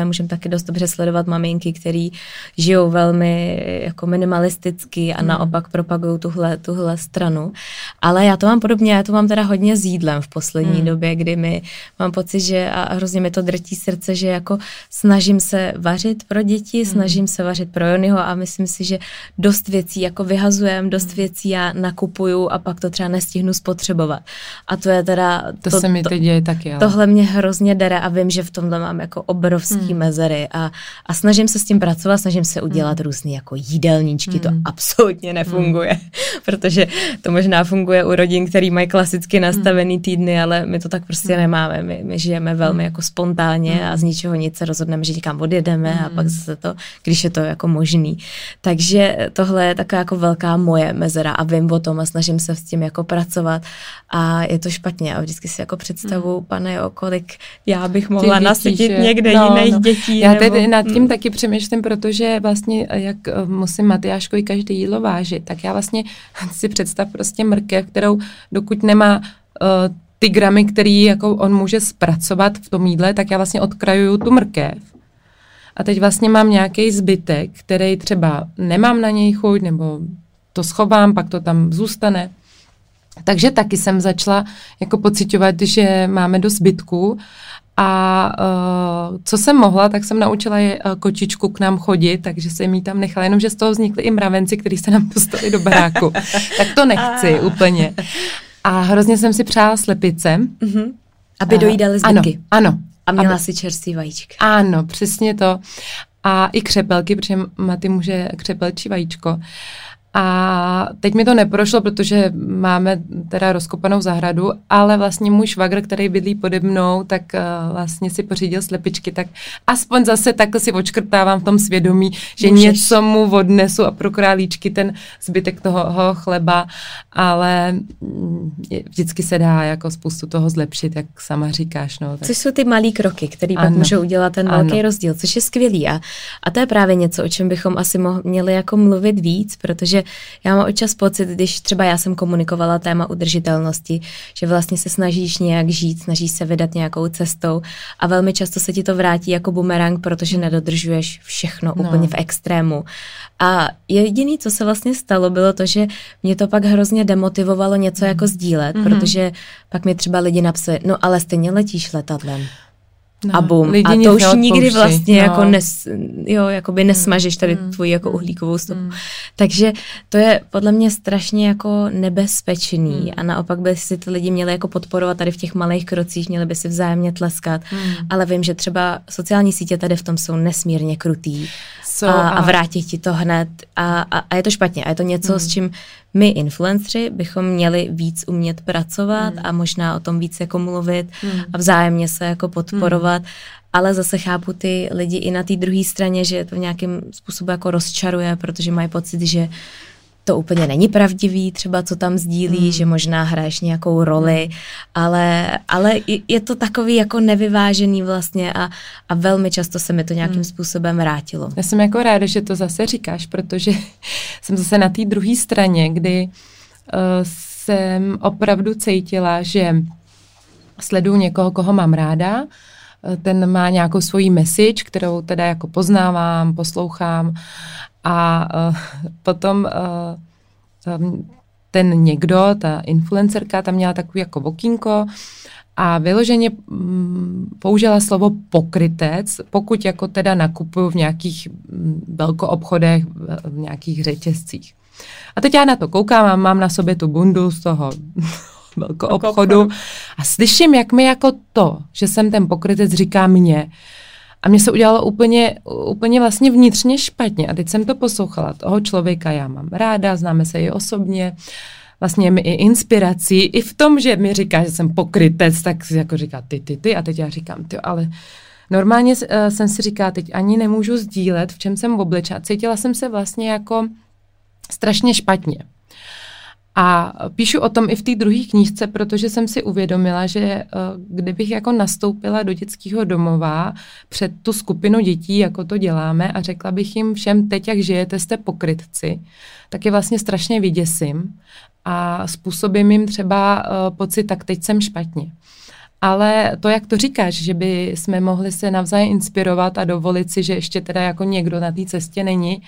taky dost dobře sledovat maminky, který žijou velmi jako minimalisticky a naopak propagují tuhle stranu. Ale já to mám podobně, já to mám teda hodně s jídlem v poslední době, kdy mám pocit, že a hrozně mi to drtí srdce, že jako snažím se vařit pro děti, snažím se vařit pro Jonyho a myslím si, že dost věcí jako vyhazujem, dost věcí já nakupuju a pak to třeba nestihnu spotřebovat. A to je teda... To se mi teď děje taky, ale... Tohle mě hrozně dere a vím, že v tomhle mám jako obrovský mezery a snažím se s tím pracovat, snažím se udělat různý jako jídelníčky, to absolutně nefunguje, protože to možná funguje u rodin, který mají klasicky nastavený týdny, ale my to tak prostě nemáme. My žijeme velmi jako spontánně a z ničeho nic se rozhodneme, že někam odjedeme a pak zase to, když je to jako možný. Takže tohle je taková jako velká moje mezera a vím o tom a snažím se s tím jako pracovat a je to špatně a vždycky si jako představu, pane, o kolik já bych mohla nasytit někde jiných dětí. Já teď nad tím taky přemýšlím, protože vlastně jak musím Matyáškovi každé jídlo vážit, tak já vlastně si představ prostě mrkev, kterou dokud nemá ty gramy, který jako on může zpracovat v tom jídle, tak já vlastně odkrajuju tu mrkev. A teď vlastně mám nějaký zbytek, který třeba nemám na něj chuť, nebo to schovám, pak to tam zůstane. Takže taky jsem začala jako pociťovat, že máme dost zbytků a co jsem mohla, tak jsem naučila kočičku k nám chodit, takže jsem jí tam nechala, jenomže z toho vznikly i mravenci, kteří se nám dostali do baráku. Tak to nechci úplně. A hrozně jsem si přála slepice. Aby dojídali zbytky. Ano. A měla si čerstvý vajíčka. Ano, přesně to. A i křepelky, protože Maty může křepelčí vajíčko. A teď mi to neprošlo, protože máme teda rozkopanou zahradu, ale vlastně můj švagr, který bydlí pode mnou, tak vlastně si pořídil slepičky, tak aspoň zase takhle si odškrtávám v tom svědomí, že něco mu odnesu a pro králíčky ten zbytek toho chleba, ale vždycky se dá jako spoustu toho zlepšit, jak sama říkáš. No, tak. Což jsou ty malý kroky, které pak můžou udělat ten velký rozdíl, což je skvělý a to je právě něco, o čem bychom asi měli jako mluvit víc, protože já mám občas pocit, když třeba já jsem komunikovala téma udržitelnosti, že vlastně se snažíš nějak žít, snažíš se vydat nějakou cestou a velmi často se ti to vrátí jako bumerang, protože nedodržuješ všechno úplně v extrému. A jediné, co se vlastně stalo, bylo to, že mě to pak hrozně demotivovalo něco jako sdílet, protože pak mi třeba lidi napsali, no ale stejně letíš letadlem. A bum. A to už nikdy vlastně jako jakoby nesmažeš tady tvoji jako uhlíkovou stopu. Takže to je podle mě strašně jako nebezpečný a naopak by si ty lidi měli jako podporovat tady v těch malých krocích, měli by si vzájemně tleskat, ale vím, že třeba sociální sítě tady v tom jsou nesmírně krutý a vrátí ti to hned a je to špatně a je to něco, s čím my influenceri bychom měli víc umět pracovat a možná o tom víc jako mluvit a vzájemně se jako podporovat, ale zase chápu ty lidi i na té druhé straně, že to v nějakém způsobu jako rozčaruje, protože mají pocit, že to úplně není pravdivý, třeba co tam sdílí, že možná hraješ nějakou roli, ale je to takový jako nevyvážený vlastně a velmi často se mi to nějakým způsobem vrátilo. Já jsem jako ráda, že to zase říkáš, protože jsem zase na té druhé straně, kdy jsem opravdu cítila, že sleduju někoho, koho mám ráda, ten má nějakou svoji message, kterou teda jako poznávám, poslouchám a potom ten někdo, ta influencerka, tam měla takový jako okýnko a vyloženě použila slovo pokrytec, pokud jako teda nakupuju v nějakých velkoobchodech, v nějakých řetězcích. A teď já na to koukám a mám na sobě tu bundu z toho velkoobchodu a slyším, jak mi jako to, že jsem ten pokrytec, říká mě. A mně se udělalo úplně vlastně vnitřně špatně. A teď jsem to poslouchala. Toho člověka já mám ráda, známe se i osobně. Vlastně mi i inspirací. I v tom, že mi říká, že jsem pokrytec, tak si jako říká ty. A teď já říkám, ale normálně jsem si říkala, teď ani nemůžu sdílet, v čem jsem oblečena. Cítila jsem se vlastně jako strašně špatně. A píšu o tom i v té druhé knížce, protože jsem si uvědomila, že kdybych jako nastoupila do dětského domova před tu skupinu dětí, jako to děláme, a řekla bych jim všem, teď jak žijete, jste pokrytci, tak je vlastně strašně vyděsím a způsobím jim třeba pocit, tak teď jsem špatně. Ale to, jak to říkáš, že by jsme mohli se navzájem inspirovat a dovolit si, že ještě teda jako někdo na té cestě není.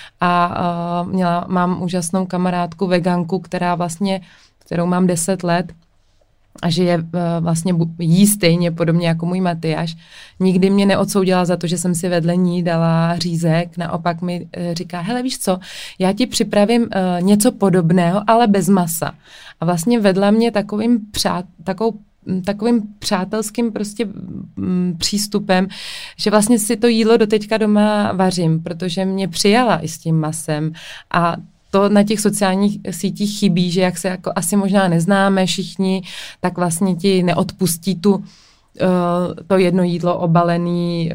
A mám úžasnou kamarádku veganku, kterou mám 10 let a že je vlastně jí stejně podobně jako můj Matyáš. Nikdy mě neodsoudila za to, že jsem si vedle ní dala řízek, naopak mi říká, hele, víš co, já ti připravím něco podobného, ale bez masa. A vlastně vedla mě takovým přátelským prostě přístupem, že vlastně si to jídlo doteďka doma vařím, protože mě přijala i s tím masem a to na těch sociálních sítích chybí, že jak se jako asi možná neznáme všichni, tak vlastně ti neodpustí to jedno jídlo obalené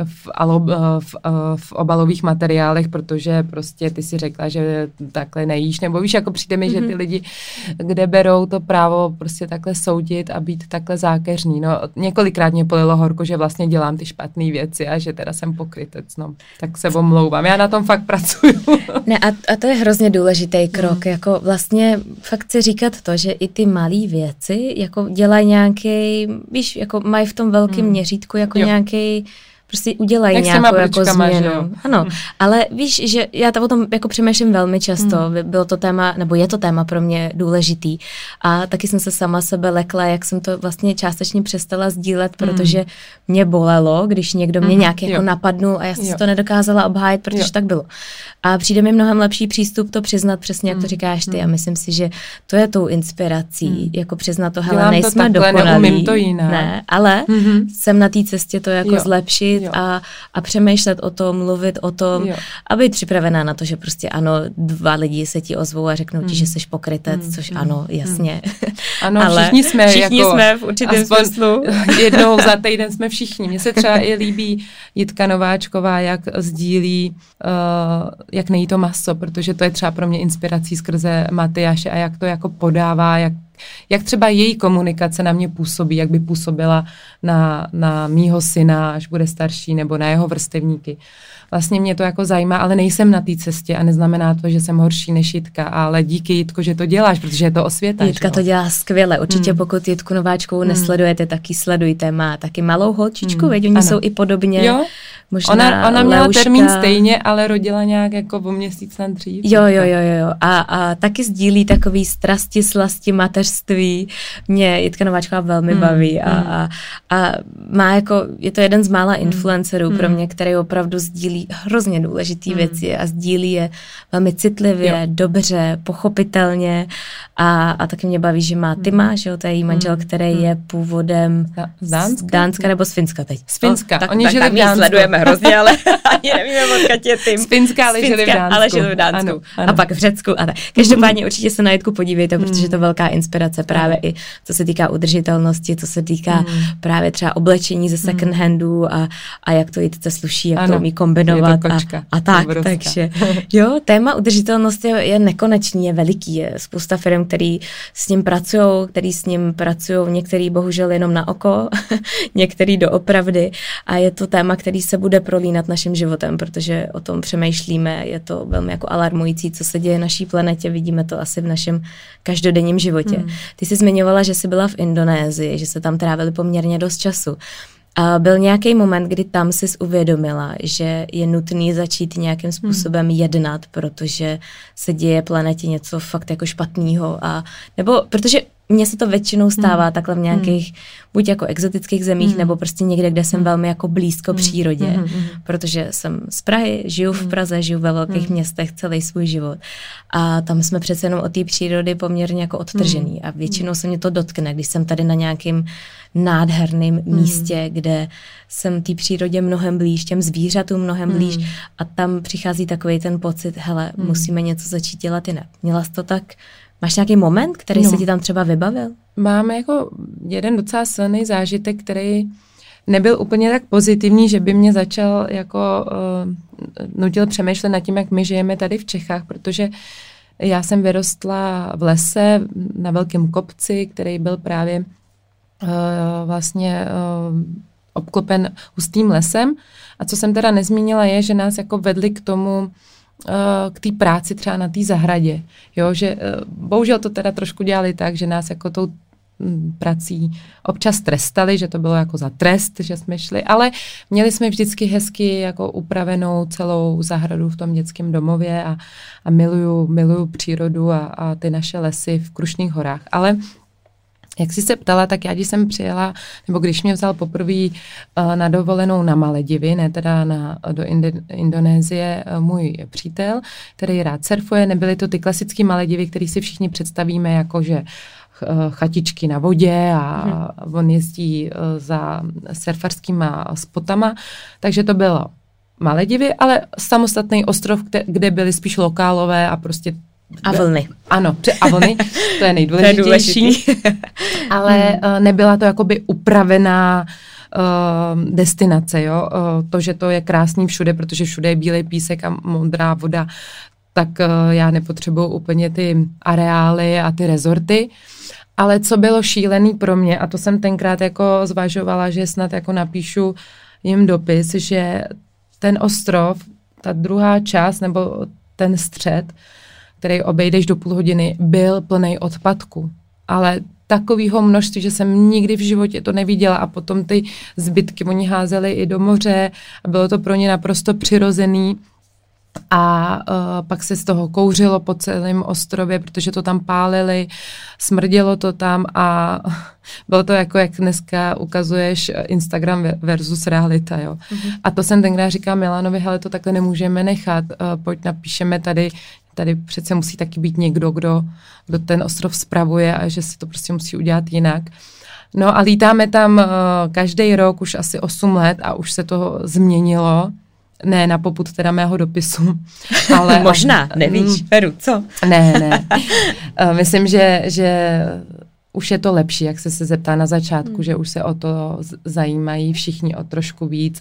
v obalových materiálech, protože prostě ty si řekla, že takhle nejíš, nebo víš, jako přijde mi, že ty lidi, kde berou to právo prostě takhle soudit a být takhle zákeřný. No, několikrát mě polilo horko, že vlastně dělám ty špatné věci a že teda jsem pokrytec, no. Tak se omlouvám. Já na tom fakt pracuju. Ne, a to je hrozně důležitý krok, jako vlastně fakt chci říkat to, že i ty malé věci jako dělají nějaký, víš, jako mají v tom velkém měřítku jako nějaký, prostě udělají nějakou jako změnu. Ano, ale víš, že já o tom jako přemýšlím velmi často, bylo to téma, nebo je to téma pro mě důležitý a taky jsem se sama sebe lekla, jak jsem to vlastně částečně přestala sdílet, protože mě bolelo, když někdo mě nějak jako napadnul a já jsem si to nedokázala obhájit, protože tak bylo. A přijde mi mnohem lepší přístup to přiznat přesně, jak to říkáš ty a myslím si, že to je tou inspirací, jako přiznat to, hele, nejsme dokonalí, to jinak. Ne, ale jsem na té cestě to jako zlepšit a přemýšlet o tom, mluvit o tom a být připravená na to, že prostě ano, 2 lidi se ti ozvou a řeknou ti, že jsi pokrytec, což ano, jasně. Ano, ale všichni jako, jsme v určitém smyslu. Jednou za týden jsme všichni. Mně se třeba i líbí Jitka Nováčková, jak sdílí, jak nejí to maso, protože to je třeba pro mě inspirací skrze Matyáše a jak to jako podává, jak třeba její komunikace na mě působí, jak by působila na mýho syna, až bude starší, nebo na jeho vrstevníky. Vlastně mě to jako zajímá, ale nejsem na té cestě a neznamená to, že jsem horší než Jitka, ale díky Jitko, že to děláš, protože je to osvěta. Jitka to dělá skvěle, určitě pokud Jitku Nováčkovou nesledujete, taky sledujte, má taky malou holčičku, veď oni jsou i podobně. Jo. Možná ona měla termín stejně, ale rodila nějak jako o měsíc na dřív. Jo. A taky sdílí takový strasti, slasti, mateřství. Mě Jitka Nováčková velmi baví a má jako, je to jeden z mála influencerů pro mě, který opravdu sdílí hrozně důležitý věci a sdílí je velmi citlivě, dobře, pochopitelně a taky mě baví, že má Tima, že jo, to je její manžel, který je původem z Dánska nebo z Finska teď. Z Finska, tak, oni žili v Dánsku. Sledujeme hrozně, ale ani nevíme, odkud je Tim. Z Finska, ale žili v Dánsku. Ale žili v Dánsku. Ano. A pak v Řecku. A tak. Každopádně určitě se na Jitku podívejte, protože je to velká inspirace právě i co se týká udržitelnosti, co se týká právě třeba oblečení ze second handů a jak to Jitce sluší, jak to umí kombinovat a tak. Takže jo, téma udržitelnosti je nekonečný, je veliký. Je spousta firm, který s ním pracují, některý bohužel jenom na oko, některý doopravdy a je to téma, který se bude prolínat naším životem, protože o tom přemýšlíme, je to velmi jako alarmující, co se děje naší planetě, vidíme to asi v našem každodenním životě. Ty jsi zmiňovala, že jsi byla v Indonésii, že se tam trávili poměrně dost času. A byl nějaký moment, kdy tam jsi uvědomila, že je nutný začít nějakým způsobem jednat, protože se děje planetě něco fakt jako špatného nebo protože mně se to většinou stává takhle v nějakých buď jako exotických zemích, nebo prostě někde, kde jsem velmi jako blízko přírodě, protože jsem z Prahy, žiju v Praze, žiju ve velkých městech celý svůj život a tam jsme přece jenom od té přírody poměrně jako odtržený a většinou se mě to dotkne, když jsem tady na nějakým nádherným místě, kde jsem té přírodě mnohem blíž, těm zvířatům mnohem blíž a tam přichází takový ten pocit, hele, musíme něco začít dělat jinak. Měla jsi to tak? Máš nějaký moment, který se ti tam třeba vybavil? Máme jako jeden docela silný zážitek, který nebyl úplně tak pozitivní, že by mě začal jako nutil přemýšlet nad tím, jak my žijeme tady v Čechách, protože já jsem vyrostla v lese na velkém kopci, který byl právě vlastně obklopen hustým lesem. A co jsem teda nezmínila je, že nás jako vedli k tomu, k té práci třeba na té zahradě. Jo, že bohužel to teda trošku dělali tak, že nás jako tou prací občas trestali, že to bylo jako za trest, že jsme šli, ale měli jsme vždycky hezky jako upravenou celou zahradu v tom dětském domově a miluju přírodu a ty naše lesy v Krušných horách. Ale jak jsi se ptala, tak já, když jsem přijela, nebo když mě vzal poprvé na dovolenou na Maledivy, ne teda do Indonésie, můj přítel, který rád surfuje, nebyly to ty klasické Maledivy, které si všichni představíme jako, že chatičky na vodě a on jezdí za surfarskýma spotama, takže to bylo Maledivy, ale samostatný ostrov, kde byly spíš lokálové a prostě a vlny. Ano, a vlny, to je nejdůležitější. Ale nebyla to jakoby upravená destinace, jo. To, že to je krásný všude, protože všude je bílej písek a modrá voda, tak já nepotřebuju úplně ty areály a ty rezorty. Ale co bylo šílený pro mě, a to jsem tenkrát jako zvažovala, že snad jako napíšu jim dopis, že ten ostrov, ta druhá část nebo ten střed, který obejdeš do půl hodiny, byl plný odpadku. Ale takového množství, že jsem nikdy v životě to neviděla a potom ty zbytky oni házeli i do moře a bylo to pro ně naprosto přirozený. A pak se z toho kouřilo po celém ostrově, protože to tam pálili, smrdělo to tam a bylo to jako, jak dneska ukazuješ Instagram versus realita, jo. A to jsem tenkrát říkala Milanovi, hele, to takhle nemůžeme nechat, pojď napíšeme tady přece musí taky být někdo, kdo ten ostrov spravuje a že se to prostě musí udělat jinak. No a lítáme tam každý rok už asi 8 let a už se to změnilo. Ne na popud teda mého dopisu, ale... Možná, nevíš, Peru, co? Ne. Myslím, že už je to lepší, jak se zeptá na začátku, že už se o to zajímají všichni o trošku víc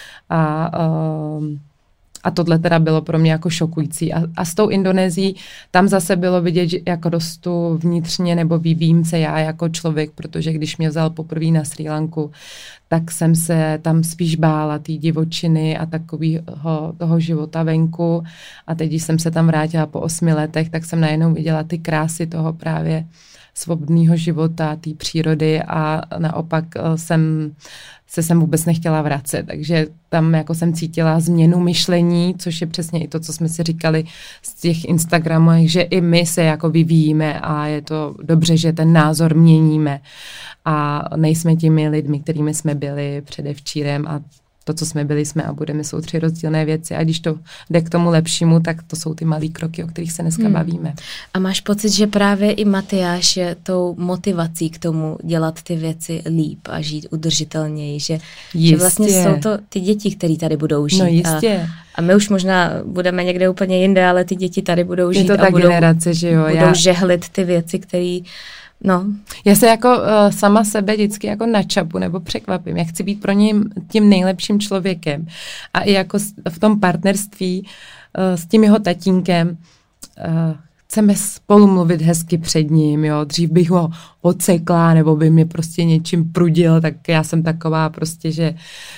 a tohle teda bylo pro mě jako šokující. A s tou Indonésií tam zase bylo vidět, jak rostu vnitřně nebo vyvíjím se já jako člověk, protože když mě vzal poprvé na Srí Lanku, tak jsem se tam spíš bála té divočiny a takového toho života venku. A teď, když jsem se tam vrátila po 8 letech, tak jsem najednou viděla ty krásy toho právě svobodného života, té přírody a naopak jsem vůbec nechtěla vracet. Takže tam jako jsem cítila změnu myšlení, což je přesně i to, co jsme si říkali z těch Instagramů, že i my se jako vyvíjíme a je to dobře, že ten názor měníme a nejsme těmi lidmi, kterými jsme byli předevčírem a to, co jsme byli, jsme a budeme, jsou 3 rozdílné věci. A když to jde k tomu lepšímu, tak to jsou ty malý kroky, o kterých se dneska bavíme. A máš pocit, že právě i Matyáš je tou motivací k tomu dělat ty věci líp a žít udržitelněji, že vlastně jsou to ty děti, které tady budou žít. No jistě. A my už možná budeme někde úplně jinde, ale ty děti tady budou žít a budou generace, že jo? Budou žehlit ty věci, které... No. Já se jako sama sebe vždycky jako načapu nebo překvapím. Já chci být pro ně tím nejlepším člověkem. A i jako v tom partnerství s tím jeho tatínkem chceme spolu mluvit hezky před ním, jo. Dřív bych ho odsekla nebo by mě prostě něčím prudil, tak já jsem taková prostě, že...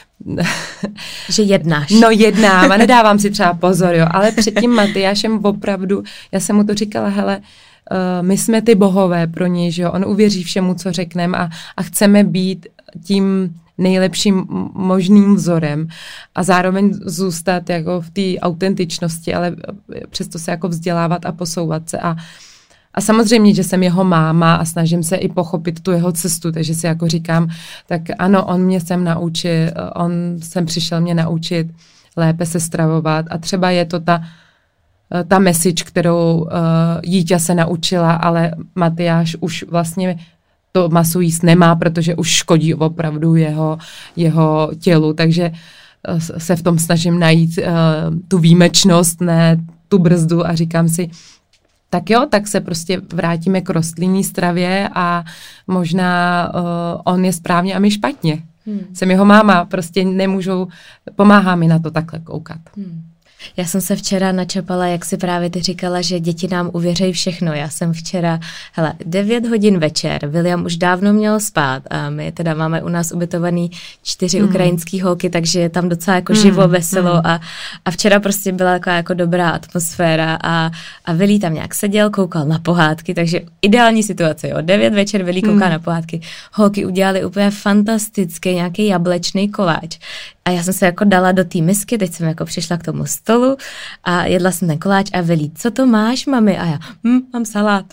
Že jednáš. No jednám a nedávám si třeba pozor, jo. Ale před tím Matyášem opravdu, já jsem mu to říkala, hele, my jsme ty bohové pro něj, že jo, on uvěří všemu, co řekneme a chceme být tím nejlepším možným vzorem a zároveň zůstat jako v té autentičnosti, ale přesto se jako vzdělávat a posouvat se a samozřejmě, že jsem jeho máma a snažím se i pochopit tu jeho cestu, takže si jako říkám, tak ano, on mě sem naučil, on sem přišel mě naučit lépe se stravovat a třeba je to ta message, kterou Jítě se naučila, ale Matyáš už vlastně to maso jíst nemá, protože už škodí opravdu jeho tělu, takže se v tom snažím najít tu výjimečnost, ne tu brzdu a říkám si, tak jo, tak se prostě vrátíme k rostlinné stravě a možná on je správně a my špatně. Jsem jeho máma, prostě nemůžou, pomáhá mi na to takhle koukat. Já jsem se včera načapala, jak si právě ty říkala, že děti nám uvěřejí všechno. Já jsem včera, 9 hodin večer, William už dávno měl spát a my teda máme u nás ubytovaný 4 ukrajinský holky, takže je tam docela jako živo, veselo a včera prostě byla taková jako dobrá atmosféra a Willy tam nějak seděl, koukal na pohádky, takže ideální situace, jo. 9 večer Willy kouká na pohádky. Holky udělali úplně fantastický nějaký jablečný koláč. A já jsem se jako dala do té misky, teď jsem jako přišla k tomu stolu a jedla jsem ten koláč a Willy, co to máš, mami? A já, mám salát.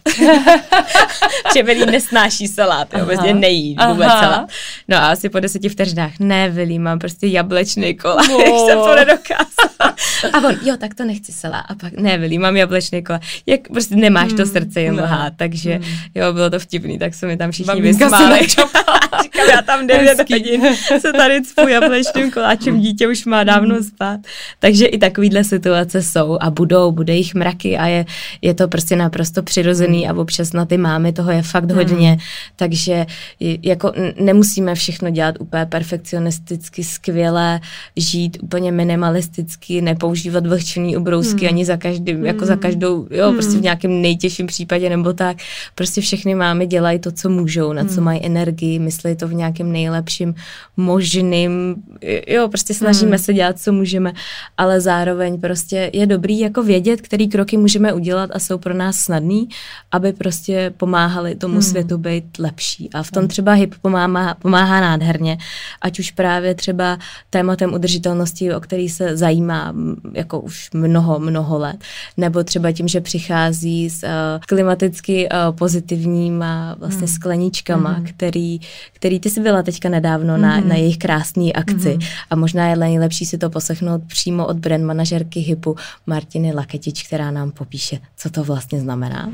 Že Willy nesnáší salát, jo, vlastně nejí vůbec salát. No a asi po 10 vteřinách, ne Willy, mám prostě jablečný koláč, jsem to nedokázala. A on, jo, tak to nechci salát. A pak, ne Willy, mám jablečný koláč. Jak prostě nemáš to srdce jen lhát, takže jo, bylo to vtipný, tak se mi tam všichni vysmáli. Říkám, já tam 9 hodin se tady cpu jablečným koláčem, dítě už má dávno spát. Takže i takovýhle situace jsou a bude jich mraky a je to prostě naprosto přirozený a občas na ty mámy toho je fakt hodně, takže jako nemusíme všechno dělat úplně perfekcionisticky, skvěle, žít úplně minimalisticky, nepoužívat vlhčený ubrousky ani za každým, jako za každou, jo, prostě v nějakém nejtěžším případě nebo tak. Prostě všechny mámy dělají to, co můžou, na co mají energii, myslí to v nějakém nejlepším možným, jo, prostě snažíme se dělat, co můžeme, ale zároveň prostě je dobrý jako vědět, který kroky můžeme udělat a jsou pro nás snadný, aby prostě pomáhali tomu světu být lepší. A v tom třeba HIP pomáhá nádherně, ať už právě třeba tématem udržitelnosti, o který se zajímá jako už mnoho let, nebo třeba tím, že přichází s klimaticky pozitivníma vlastně skleníčkama, který ty jsi byla teďka nedávno na jejich krásný akci a možná je nejlepší si to poslechnout přímo od brand manažerky HIPu Martiny Laketič, která nám popíše, co to vlastně znamená.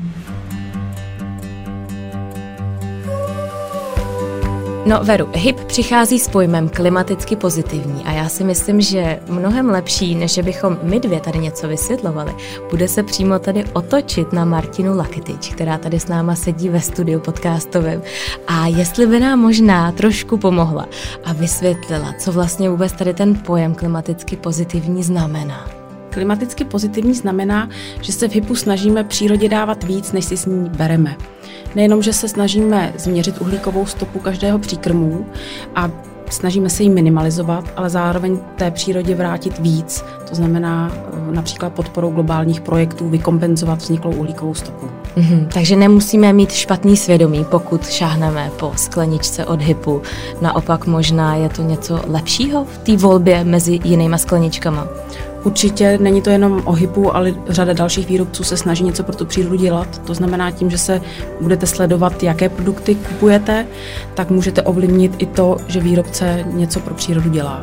No Veru, HIP přichází s pojmem klimaticky pozitivní a já si myslím, že mnohem lepší, než bychom my dvě tady něco vysvětlovali, bude se přímo tady otočit na Martinu Laketič, která tady s náma sedí ve studiu podcastovém a jestli by nám možná trošku pomohla a vysvětlila, co vlastně vůbec tady ten pojem klimaticky pozitivní znamená. Klimaticky pozitivní znamená, že se v HIPu snažíme přírodě dávat víc, než si s ní bereme. Nejenom, že se snažíme změřit uhlíkovou stopu každého příkrmu a snažíme se ji minimalizovat, ale zároveň té přírodě vrátit víc. To znamená například podporou globálních projektů vykompenzovat vzniklou uhlíkovou stopu. Takže nemusíme mít špatný svědomí, pokud šáhneme po skleničce od HIPu. Naopak možná je to něco lepšího v té volbě mezi jinýma skleničkama. Určitě není to jenom o HIPu, ale řada dalších výrobců se snaží něco pro tu přírodu dělat. To znamená tím, že se budete sledovat, jaké produkty kupujete, tak můžete ovlivnit i to, že výrobce něco pro přírodu dělá.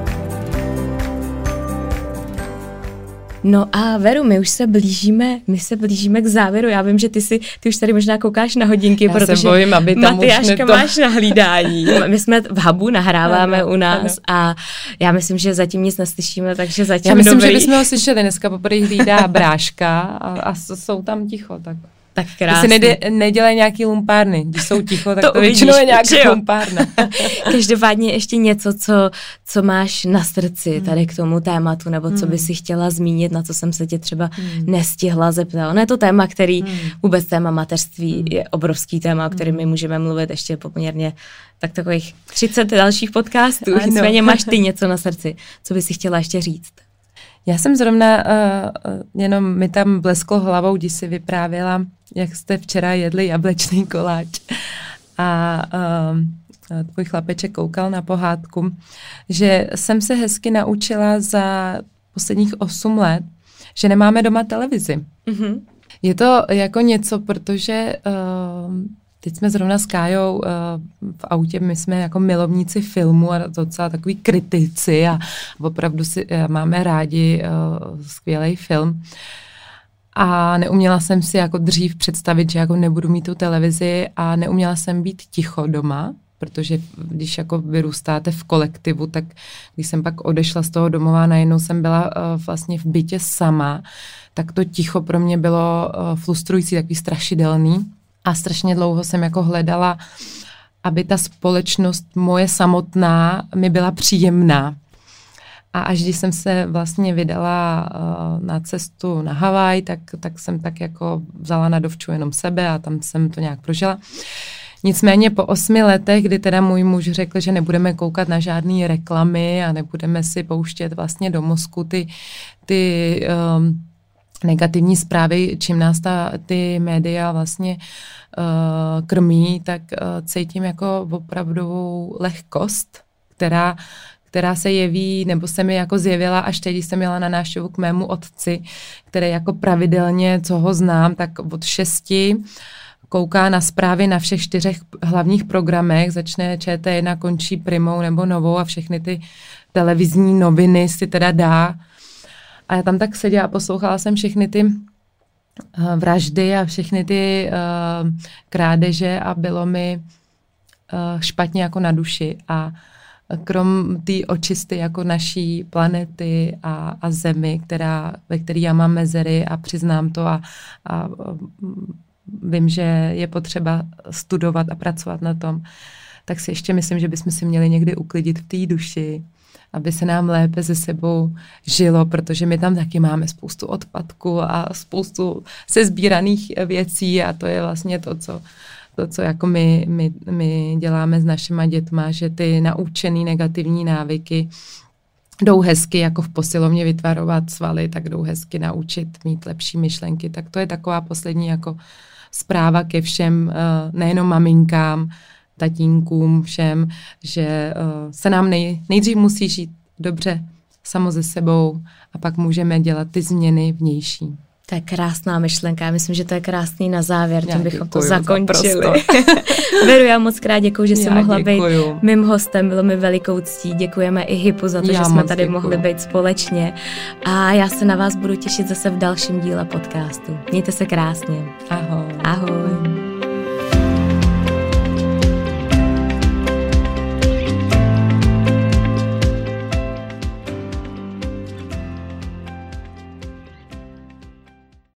No a Veru, my se blížíme k závěru. Já vím, že ty už tady možná koukáš na hodinky, protože se bojím, aby tam Matyáška máš na hlídání. My jsme v hubu, nahráváme u nás a já myslím, že zatím nic neslyšíme, takže zatím já myslím, dobrý. že bychom ho slyšeli. Dneska poprvé hlídá Bráška a jsou tam ticho, tak krásně. Si nedělají nějaký lumpárny. Když jsou ticho, tak to většinou je nějaká lumpárna. Každopádně ještě něco, co máš na srdci tady k tomu tématu, nebo co by si chtěla zmínit, na co jsem se tě třeba nestihla zeptat. Ono je to téma, který vůbec téma mateřství je obrovský téma, o kterém my můžeme mluvit ještě poměrně takových 30 dalších podcastů. Nicméně máš ty něco na srdci, co by si chtěla ještě říct? Já jsem zrovna, jenom mi tam blesklo hlavou, když si vyprávěla, jak jste včera jedli jablečný koláč a tvůj chlapeček koukal na pohádku, že jsem se hezky naučila za posledních 8 let, že nemáme doma televizi. Je to jako něco, protože teď jsme zrovna s Kájou v autě, my jsme jako milovníci filmu a docela takový kritici a opravdu si máme rádi skvělý film. A neuměla jsem si jako dřív představit, že jako nebudu mít tu televizi a neuměla jsem být ticho doma, protože když jako vyrůstáte v kolektivu, tak když jsem pak odešla z toho domova, najednou jsem byla vlastně v bytě sama, tak to ticho pro mě bylo frustrující, takový strašidelný. A strašně dlouho jsem jako hledala, aby ta společnost moje samotná mi byla příjemná. A až když jsem se vlastně vydala na cestu na Havaj, tak jsem tak jako vzala na dovču jenom sebe a tam jsem to nějak prožila. Nicméně po 8 letech, kdy teda můj muž řekl, že nebudeme koukat na žádné reklamy a nebudeme si pouštět vlastně do mozku ty negativní zprávy, čím nás ty média vlastně krmí, tak cítím jako opravdovou lehkost, která se jeví, nebo se mi jako zjevila až teď, když jsem jela na návštěvu k mému otci, který jako pravidelně, co ho znám, tak od 6 kouká na zprávy na všech 4 hlavních programech, začne ČT1, končí Primou nebo Novou a všechny ty televizní noviny si teda dá. A já tam tak seděla a poslouchala jsem všechny ty vraždy a všechny ty krádeže a bylo mi špatně jako na duši. A krom té očisty jako naší planety a zemi, ve které já mám mezery a přiznám to a vím, že je potřeba studovat a pracovat na tom, tak si ještě myslím, že bychom si měli někdy uklidit v té duši, aby se nám lépe se sebou žilo, protože my tam taky máme spoustu odpadků a spoustu sesbíraných věcí a to je vlastně to, co jako my děláme s našima dětma, že ty naučený negativní návyky jdou hezky jako v posilovně vytvarovat svaly, tak jdou hezky naučit mít lepší myšlenky. Tak to je taková poslední jako zpráva ke všem, nejenom maminkám, tatínkům, všem, že se nám nejdřív musí žít dobře samo ze sebou a pak můžeme dělat ty změny vnější. To je krásná myšlenka, já myslím, že to je krásný na závěr, tím bychom to zakončili. Veru, já moc krát děkuju, že jsi mohla být mým hostem, bylo mi velikou ctí, děkujeme i Hypu za to, že jsme tady mohli být společně a já se na vás budu těšit zase v dalším díle podcastu. Mějte se krásně. Ahoj. Ahoj.